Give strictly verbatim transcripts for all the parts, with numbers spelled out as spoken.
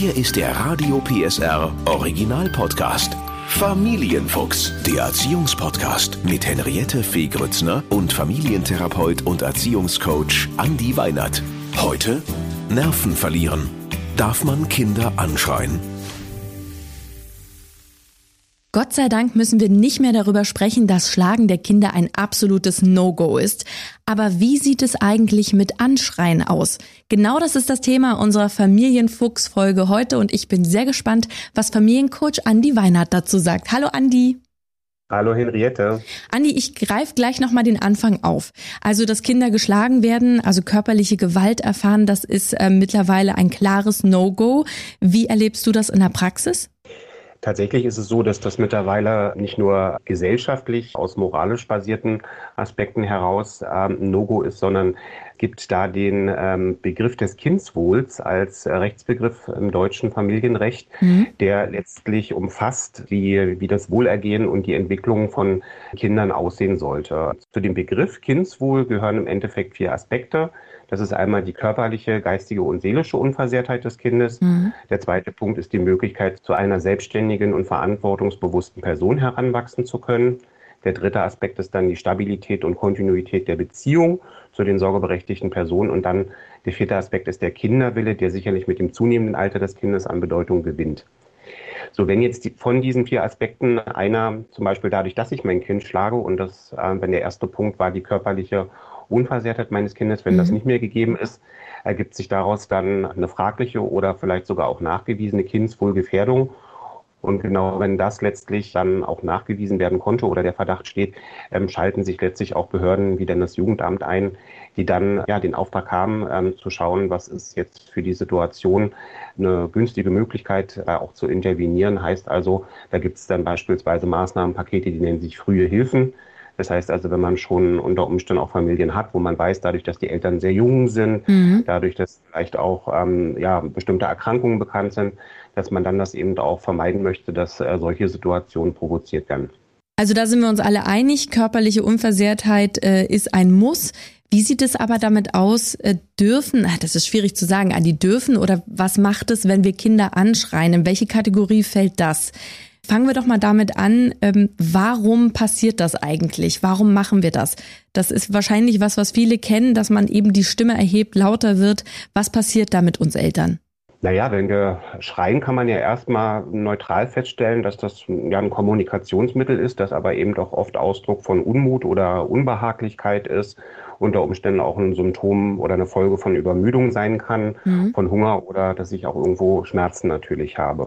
Hier ist der Radio P S R Original Podcast. Familienfuchs, der Erziehungspodcast mit Henriette Fee Grützner und Familientherapeut und Erziehungscoach Andi Weinert. Heute Nerven verlieren. Darf man Kinder anschreien? Gott sei Dank müssen wir nicht mehr darüber sprechen, dass Schlagen der Kinder ein absolutes No-Go ist. Aber wie sieht es eigentlich mit Anschreien aus? Genau das ist das Thema unserer Familienfuchs-Folge heute und ich bin sehr gespannt, was Familiencoach Andi Weinert dazu sagt. Hallo Andi. Hallo Henriette. Andi, ich greife gleich nochmal den Anfang auf. Also, dass Kinder geschlagen werden, also körperliche Gewalt erfahren, das ist äh, mittlerweile ein klares No-Go. Wie erlebst du das in der Praxis? Tatsächlich ist es so, dass das mittlerweile nicht nur gesellschaftlich aus moralisch basierten Aspekten heraus ähm, ein No-Go ist, sondern gibt da den ähm, Begriff des Kindswohls als äh, Rechtsbegriff im deutschen Familienrecht, mhm. der letztlich umfasst, wie, wie das Wohlergehen und die Entwicklung von Kindern aussehen sollte. Zu dem Begriff Kindswohl gehören im Endeffekt vier Aspekte. Das ist einmal die körperliche, geistige und seelische Unversehrtheit des Kindes. Mhm. Der zweite Punkt ist die Möglichkeit, zu einer selbstständigen und verantwortungsbewussten Person heranwachsen zu können. Der dritte Aspekt ist dann die Stabilität und Kontinuität der Beziehung zu den sorgeberechtigten Personen. Und dann der vierte Aspekt ist der Kinderwille, der sicherlich mit dem zunehmenden Alter des Kindes an Bedeutung gewinnt. So, wenn jetzt die, von diesen vier Aspekten einer, zum Beispiel dadurch, dass ich mein Kind schlage, und das, äh, wenn der erste Punkt war, die körperliche Unversehrtheit meines Kindes, wenn mhm. das nicht mehr gegeben ist, ergibt sich daraus dann eine fragliche oder vielleicht sogar auch nachgewiesene Kindswohlgefährdung. Und genau wenn das letztlich dann auch nachgewiesen werden konnte oder der Verdacht steht, ähm, schalten sich letztlich auch Behörden wie denn das Jugendamt ein, die dann ja den Auftrag haben, ähm, zu schauen, was ist jetzt für die Situation eine günstige Möglichkeit, äh, auch zu intervenieren. Heißt also, da gibt es dann beispielsweise Maßnahmenpakete, die nennen sich frühe Hilfen. Das heißt also, wenn man schon unter Umständen auch Familien hat, wo man weiß, dadurch, dass die Eltern sehr jung sind, mhm. dadurch, dass vielleicht auch ähm, ja, bestimmte Erkrankungen bekannt sind, dass man dann das eben auch vermeiden möchte, dass äh, solche Situationen provoziert werden. Also da sind wir uns alle einig, körperliche Unversehrtheit äh, ist ein Muss. Wie sieht es aber damit aus, äh, dürfen, ach, das ist schwierig zu sagen, Andi, dürfen oder was macht es, wenn wir Kinder anschreien? In welche Kategorie fällt das? Fangen wir doch mal damit an, ähm, warum passiert das eigentlich? Warum machen wir das? Das ist wahrscheinlich was, was viele kennen, dass man eben die Stimme erhebt, lauter wird. Was passiert da mit uns Eltern? Naja, wenn wir schreien, kann man ja erstmal neutral feststellen, dass das ja ein Kommunikationsmittel ist, das aber eben doch oft Ausdruck von Unmut oder Unbehaglichkeit ist, unter Umständen auch ein Symptom oder eine Folge von Übermüdung sein kann, mhm. von Hunger oder dass ich auch irgendwo Schmerzen natürlich habe.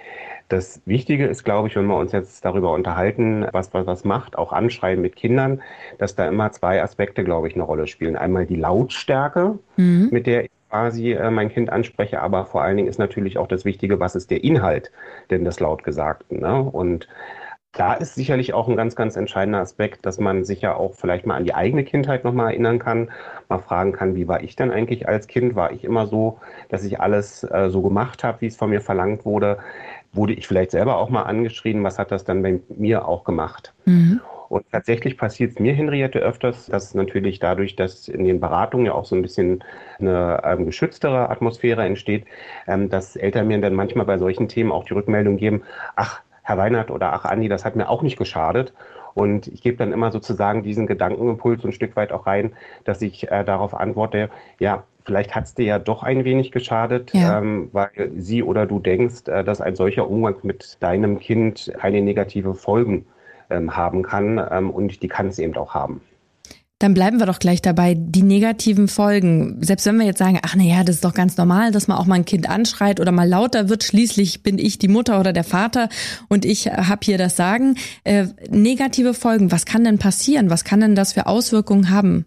Das Wichtige ist, glaube ich, wenn wir uns jetzt darüber unterhalten, was, was, was macht, auch Anschreien mit Kindern, dass da immer zwei Aspekte, glaube ich, eine Rolle spielen. Einmal die Lautstärke, mhm. mit der ich quasi äh, mein Kind anspreche, aber vor allen Dingen ist natürlich auch das Wichtige, was ist der Inhalt denn des Lautgesagten, ne? Und da ist sicherlich auch ein ganz, ganz entscheidender Aspekt, dass man sich ja auch vielleicht mal an die eigene Kindheit nochmal erinnern kann, mal fragen kann, wie war ich denn eigentlich als Kind? War ich immer so, dass ich alles äh, so gemacht habe, wie es von mir verlangt wurde? Wurde ich vielleicht selber auch mal angeschrien? Was hat das dann bei mir auch gemacht? Mhm. Und tatsächlich passiert es mir, Henriette, öfters, dass natürlich dadurch, dass in den Beratungen ja auch so ein bisschen eine ähm, geschütztere Atmosphäre entsteht, ähm, dass Eltern mir dann manchmal bei solchen Themen auch die Rückmeldung geben, ach, Herr Weinert oder ach, Andi, das hat mir auch nicht geschadet. Und ich gebe dann immer sozusagen diesen Gedankenimpuls so ein Stück weit auch rein, dass ich äh, darauf antworte, ja, vielleicht hat es dir ja doch ein wenig geschadet, ja. ähm, weil sie oder du denkst, äh, dass ein solcher Umgang mit deinem Kind keine negative Folgen ähm, haben kann ähm, und die kann es eben auch haben. Dann bleiben wir doch gleich dabei, die negativen Folgen. Selbst wenn wir jetzt sagen, ach na ja, das ist doch ganz normal, dass man auch mal ein Kind anschreit oder mal lauter wird. Schließlich bin ich die Mutter oder der Vater und ich habe hier das Sagen. Äh, negative Folgen, was kann denn passieren? Was kann denn das für Auswirkungen haben?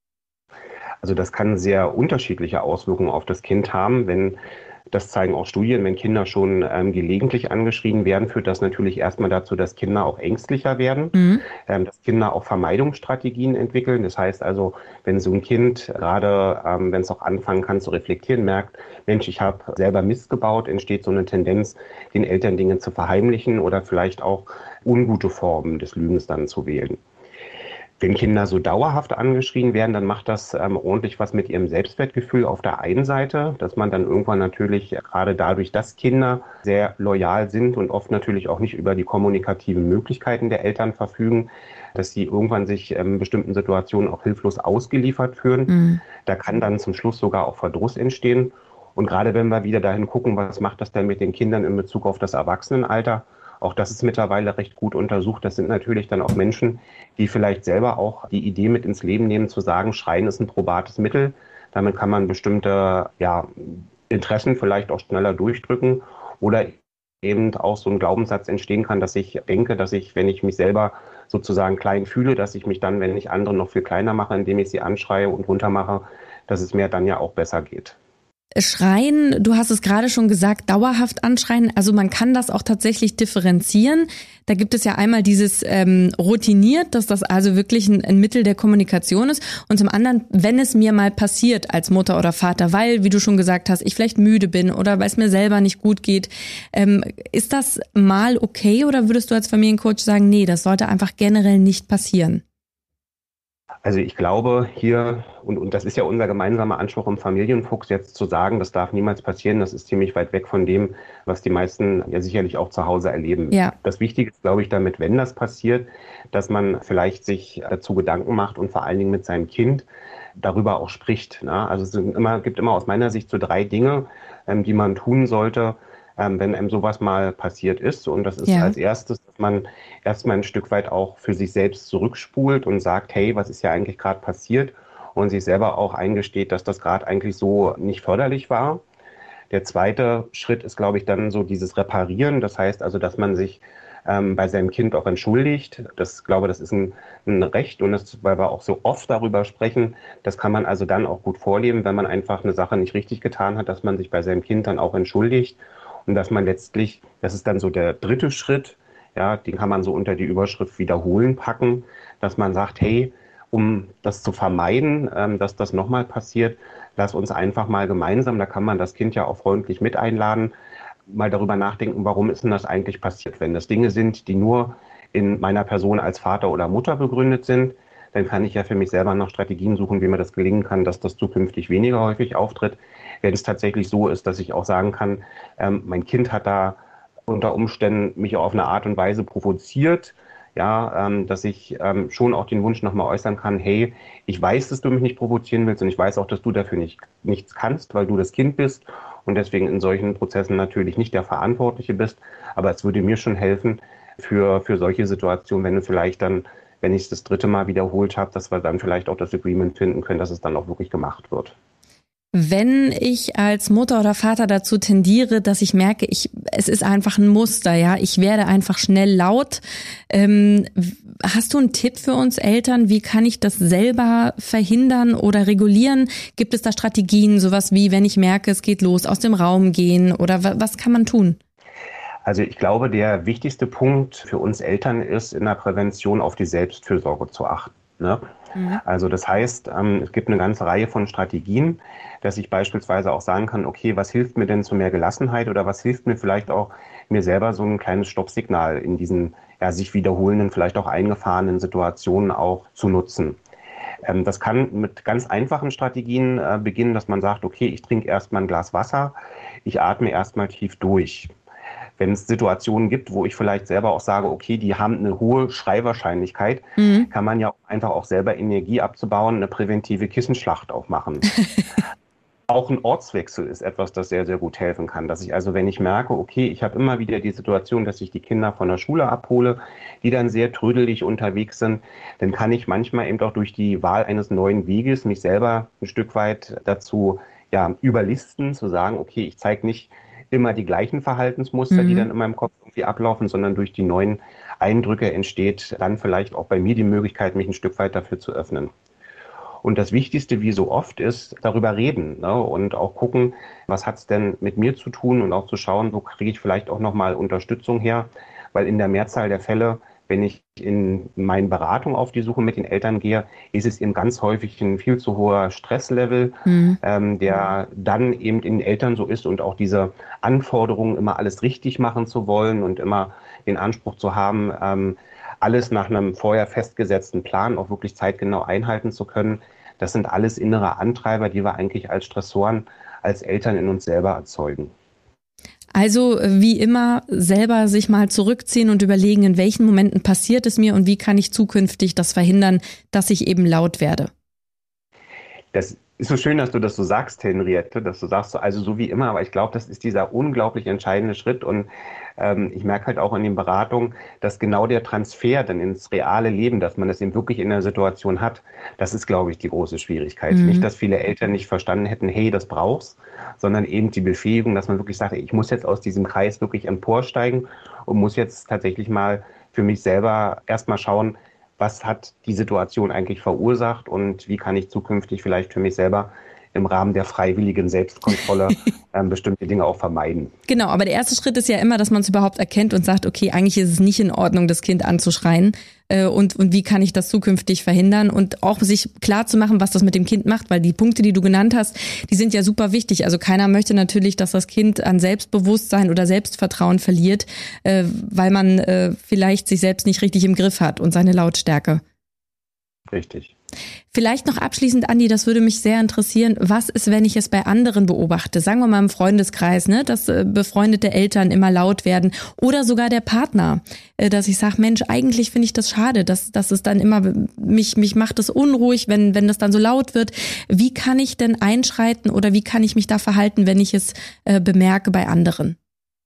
Also das kann sehr unterschiedliche Auswirkungen auf das Kind haben, wenn das zeigen auch Studien, wenn Kinder schon ähm, gelegentlich angeschrien werden, führt das natürlich erstmal dazu, dass Kinder auch ängstlicher werden, mhm. ähm, dass Kinder auch Vermeidungsstrategien entwickeln. Das heißt also, wenn so ein Kind gerade, ähm, wenn es auch anfangen kann zu reflektieren, merkt, Mensch, ich habe selber Mist gebaut, entsteht so eine Tendenz, den Eltern Dinge zu verheimlichen oder vielleicht auch ungute Formen des Lügens dann zu wählen. Wenn Kinder so dauerhaft angeschrien werden, dann macht das ähm, ordentlich was mit ihrem Selbstwertgefühl auf der einen Seite, dass man dann irgendwann natürlich, gerade dadurch, dass Kinder sehr loyal sind und oft natürlich auch nicht über die kommunikativen Möglichkeiten der Eltern verfügen, dass sie irgendwann sich in ähm, bestimmten Situationen auch hilflos ausgeliefert fühlen. Mhm. Da kann dann zum Schluss sogar auch Verdruss entstehen. Und gerade wenn wir wieder dahin gucken, was macht das denn mit den Kindern in Bezug auf das Erwachsenenalter, auch das ist mittlerweile recht gut untersucht. Das sind natürlich dann auch Menschen, die vielleicht selber auch die Idee mit ins Leben nehmen, zu sagen, Schreien ist ein probates Mittel. Damit kann man bestimmte ja, Interessen vielleicht auch schneller durchdrücken oder eben auch so ein Glaubenssatz entstehen kann, dass ich denke, dass ich, wenn ich mich selber sozusagen klein fühle, dass ich mich dann, wenn ich andere noch viel kleiner mache, indem ich sie anschreie und runtermache, dass es mir dann ja auch besser geht. Schreien, du hast es gerade schon gesagt, dauerhaft anschreien, also man kann das auch tatsächlich differenzieren. Da gibt es ja einmal dieses ähm, routiniert, dass das also wirklich ein, ein Mittel der Kommunikation ist und zum anderen, wenn es mir mal passiert als Mutter oder Vater, weil, wie du schon gesagt hast, ich vielleicht müde bin oder weil es mir selber nicht gut geht, ähm, ist das mal okay oder würdest du als Familiencoach sagen, nee, das sollte einfach generell nicht passieren? Also ich glaube hier, und, und das ist ja unser gemeinsamer Anspruch im Familienfuchs, jetzt zu sagen, das darf niemals passieren, das ist ziemlich weit weg von dem, was die meisten ja sicherlich auch zu Hause erleben. Ja. Das Wichtige ist, glaube ich, damit, wenn das passiert, dass man vielleicht sich dazu Gedanken macht und vor allen Dingen mit seinem Kind darüber auch spricht. Ne? Also es sind immer, gibt immer aus meiner Sicht so drei Dinge, ähm, die man tun sollte, Ähm, wenn einem sowas mal passiert ist. Und das ist ja. als erstes, dass man erstmal ein Stück weit auch für sich selbst zurückspult und sagt, hey, was ist ja eigentlich gerade passiert? Und sich selber auch eingesteht, dass das gerade eigentlich so nicht förderlich war. Der zweite Schritt ist, glaube ich, dann so dieses Reparieren. Das heißt also, dass man sich ähm, bei seinem Kind auch entschuldigt. Das, glaube, das ist ein, ein Recht und das, weil wir auch so oft darüber sprechen, das kann man also dann auch gut vorleben, wenn man einfach eine Sache nicht richtig getan hat, dass man sich bei seinem Kind dann auch entschuldigt. Und dass man letztlich, das ist dann so der dritte Schritt, ja, den kann man so unter die Überschrift Wiederholen packen, dass man sagt, hey, um das zu vermeiden, ähm, dass das nochmal passiert, lass uns einfach mal gemeinsam, da kann man das Kind ja auch freundlich mit einladen, mal darüber nachdenken, warum ist denn das eigentlich passiert? Wenn das Dinge sind, die nur in meiner Person als Vater oder Mutter begründet sind, dann kann ich ja für mich selber noch Strategien suchen, wie mir das gelingen kann, dass das zukünftig weniger häufig auftritt. Wenn es tatsächlich so ist, dass ich auch sagen kann, ähm, mein Kind hat da unter Umständen mich auf eine Art und Weise provoziert, ja, ähm, dass ich ähm, schon auch den Wunsch nochmal äußern kann, hey, ich weiß, dass du mich nicht provozieren willst und ich weiß auch, dass du dafür nicht, nichts kannst, weil du das Kind bist und deswegen in solchen Prozessen natürlich nicht der Verantwortliche bist, aber es würde mir schon helfen für, für solche Situationen, wenn du vielleicht dann, wenn ich es das dritte Mal wiederholt habe, dass wir dann vielleicht auch das Agreement finden können, dass es dann auch wirklich gemacht wird. Wenn ich als Mutter oder Vater dazu tendiere, dass ich merke, ich, es ist einfach ein Muster, ja, ich werde einfach schnell laut. Ähm, hast du einen Tipp für uns Eltern? Wie kann ich das selber verhindern oder regulieren? Gibt es da Strategien, sowas wie, wenn ich merke, es geht los, aus dem Raum gehen oder w- was kann man tun? Also ich glaube, der wichtigste Punkt für uns Eltern ist, in der Prävention auf die Selbstfürsorge zu achten. Ne? Mhm. Also das heißt, ähm, es gibt eine ganze Reihe von Strategien, dass ich beispielsweise auch sagen kann, okay, was hilft mir denn zu mehr Gelassenheit oder was hilft mir vielleicht auch, mir selber so ein kleines Stoppsignal in diesen ja, sich wiederholenden, vielleicht auch eingefahrenen Situationen auch zu nutzen. Ähm, das kann mit ganz einfachen Strategien äh, beginnen, dass man sagt, okay, ich trinke erstmal ein Glas Wasser, ich atme erstmal tief durch. Wenn es Situationen gibt, wo ich vielleicht selber auch sage, okay, die haben eine hohe Schreiwahrscheinlichkeit, mhm. kann man ja einfach auch selber Energie abzubauen, eine präventive Kissenschlacht auch machen. Auch ein Ortswechsel ist etwas, das sehr, sehr gut helfen kann. Dass ich also, wenn ich merke, okay, ich habe immer wieder die Situation, dass ich die Kinder von der Schule abhole, die dann sehr trödelig unterwegs sind, dann kann ich manchmal eben auch durch die Wahl eines neuen Weges mich selber ein Stück weit dazu ja, überlisten, zu sagen, okay, ich zeige nicht immer die gleichen Verhaltensmuster, mhm. die dann in meinem Kopf irgendwie ablaufen, sondern durch die neuen Eindrücke entsteht dann vielleicht auch bei mir die Möglichkeit, mich ein Stück weit dafür zu öffnen. Und das Wichtigste, wie so oft, ist darüber reden, ne? Und auch gucken, was hat es denn mit mir zu tun und auch zu schauen, wo kriege ich vielleicht auch nochmal Unterstützung her, weil in der Mehrzahl der Fälle, wenn ich in meinen Beratungen auf die Suche mit den Eltern gehe, ist es eben ganz häufig ein viel zu hoher Stresslevel, mhm. ähm, der dann eben in den Eltern so ist und auch diese Anforderungen, immer alles richtig machen zu wollen und immer den Anspruch zu haben, ähm, alles nach einem vorher festgesetzten Plan auch wirklich zeitgenau einhalten zu können. Das sind alles innere Antreiber, die wir eigentlich als Stressoren, als Eltern in uns selber erzeugen. Also wie immer selber sich mal zurückziehen und überlegen, in welchen Momenten passiert es mir und wie kann ich zukünftig das verhindern, dass ich eben laut werde. Das ist so schön, dass du das so sagst, Henriette, dass du sagst, so, also so wie immer, aber ich glaube, das ist dieser unglaublich entscheidende Schritt und ähm, ich merke halt auch in den Beratungen, dass genau der Transfer dann ins reale Leben, dass man das eben wirklich in der Situation hat, das ist, glaube ich, die große Schwierigkeit. Mhm. Nicht, dass viele Eltern nicht verstanden hätten, hey, das brauchst, sondern eben die Befähigung, dass man wirklich sagt, ich muss jetzt aus diesem Kreis wirklich emporsteigen und muss jetzt tatsächlich mal für mich selber erstmal schauen, was hat die Situation eigentlich verursacht und wie kann ich zukünftig vielleicht für mich selber im Rahmen der freiwilligen Selbstkontrolle ähm, bestimmte Dinge auch vermeiden. Genau, aber der erste Schritt ist ja immer, dass man es überhaupt erkennt und sagt, okay, eigentlich ist es nicht in Ordnung, das Kind anzuschreien äh, und, und wie kann ich das zukünftig verhindern und auch sich klar zu machen, was das mit dem Kind macht, weil die Punkte, die du genannt hast, die sind ja super wichtig. Also keiner möchte natürlich, dass das Kind an Selbstbewusstsein oder Selbstvertrauen verliert, äh, weil man äh, vielleicht sich selbst nicht richtig im Griff hat und seine Lautstärke. Richtig. Vielleicht noch abschließend, Andi, das würde mich sehr interessieren. Was ist, wenn ich es bei anderen beobachte? Sagen wir mal im Freundeskreis, ne, dass äh, befreundete Eltern immer laut werden oder sogar der Partner, äh, dass ich sage, Mensch, eigentlich finde ich das schade, dass, dass es dann immer, mich, mich macht es unruhig, wenn, wenn das dann so laut wird. Wie kann ich denn einschreiten oder wie kann ich mich da verhalten, wenn ich es äh, bemerke bei anderen?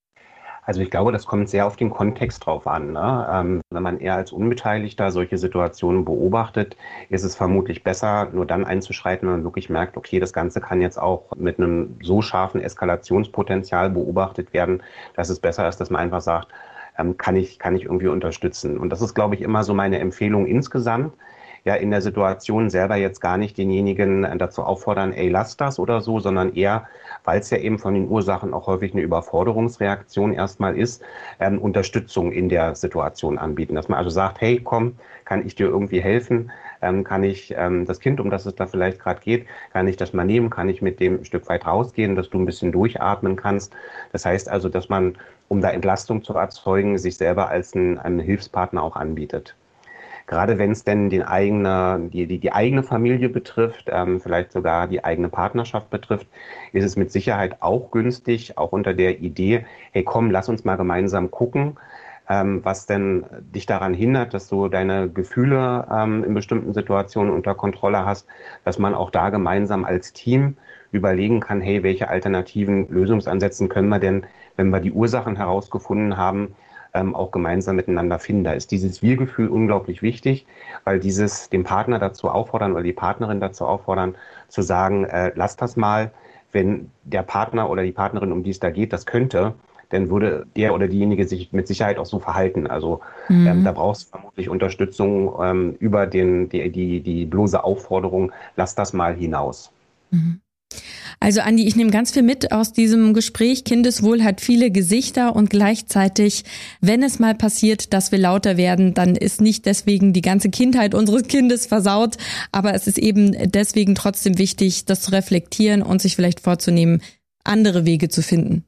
Also ich glaube, das kommt sehr auf den Kontext drauf an. Ne? Ähm, wenn man eher als Unbeteiligter solche Situationen beobachtet, ist es vermutlich besser, nur dann einzuschreiten, wenn man wirklich merkt, okay, das Ganze kann jetzt auch mit einem so scharfen Eskalationspotenzial beobachtet werden, dass es besser ist, dass man einfach sagt, ähm, kann ich, kann ich irgendwie unterstützen. Und das ist, glaube ich, immer so meine Empfehlung insgesamt. Ja, in der Situation selber jetzt gar nicht denjenigen dazu auffordern, ey, lass das oder so, sondern eher, weil es ja eben von den Ursachen auch häufig eine Überforderungsreaktion erstmal ist, ähm, Unterstützung in der Situation anbieten. Dass man also sagt, hey, komm, kann ich dir irgendwie helfen? Ähm, kann ich ähm, das Kind, um das es da vielleicht gerade geht, kann ich das mal nehmen? Kann ich mit dem ein Stück weit rausgehen, dass du ein bisschen durchatmen kannst? Das heißt also, dass man, um da Entlastung zu erzeugen, sich selber als ein, einen Hilfspartner auch anbietet. Gerade wenn es denn den eigene, die, die, die eigene Familie betrifft, ähm, vielleicht sogar die eigene Partnerschaft betrifft, ist es mit Sicherheit auch günstig, auch unter der Idee, hey komm, lass uns mal gemeinsam gucken, ähm, was denn dich daran hindert, dass du deine Gefühle ähm, in bestimmten Situationen unter Kontrolle hast, dass man auch da gemeinsam als Team überlegen kann, hey, welche alternativen Lösungsansätze können wir denn, wenn wir die Ursachen herausgefunden haben, Ähm, auch gemeinsam miteinander finden. Da ist dieses Wir-Gefühl unglaublich wichtig, weil dieses den Partner dazu auffordern oder die Partnerin dazu auffordern, zu sagen, äh, lass das mal, wenn der Partner oder die Partnerin, um die es da geht, das könnte, dann würde der oder diejenige sich mit Sicherheit auch so verhalten. Also mhm. ähm, da brauchst du vermutlich Unterstützung ähm, über den, die, die, die bloße Aufforderung, lass das mal hinaus. Mhm. Also Andi, ich nehme ganz viel mit aus diesem Gespräch. Kindeswohl hat viele Gesichter und gleichzeitig, wenn es mal passiert, dass wir lauter werden, dann ist nicht deswegen die ganze Kindheit unseres Kindes versaut, aber es ist eben deswegen trotzdem wichtig, das zu reflektieren und sich vielleicht vorzunehmen, andere Wege zu finden.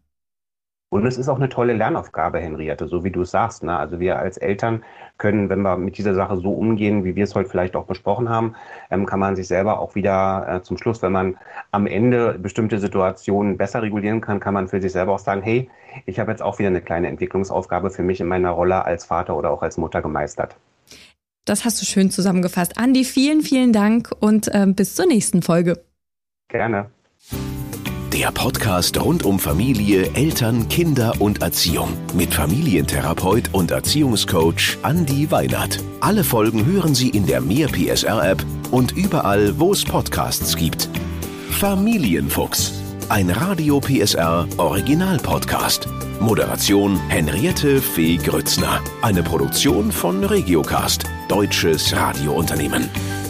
Und es ist auch eine tolle Lernaufgabe, Henriette, so wie du es sagst. Ne? Also wir als Eltern können, wenn wir mit dieser Sache so umgehen, wie wir es heute vielleicht auch besprochen haben, ähm, kann man sich selber auch wieder äh, zum Schluss, wenn man am Ende bestimmte Situationen besser regulieren kann, kann man für sich selber auch sagen, hey, ich habe jetzt auch wieder eine kleine Entwicklungsaufgabe für mich in meiner Rolle als Vater oder auch als Mutter gemeistert. Das hast du schön zusammengefasst. Andi, vielen, vielen Dank und äh, bis zur nächsten Folge. Gerne. Der Podcast rund um Familie, Eltern, Kinder und Erziehung mit Familientherapeut und Erziehungscoach Andi Weinert. Alle Folgen hören Sie in der Mehr P S R-App und überall, wo es Podcasts gibt. Familienfuchs, ein Radio P S R Original-Podcast. Moderation Henriette Fee Grützner. Eine Produktion von Regiocast, deutsches Radiounternehmen.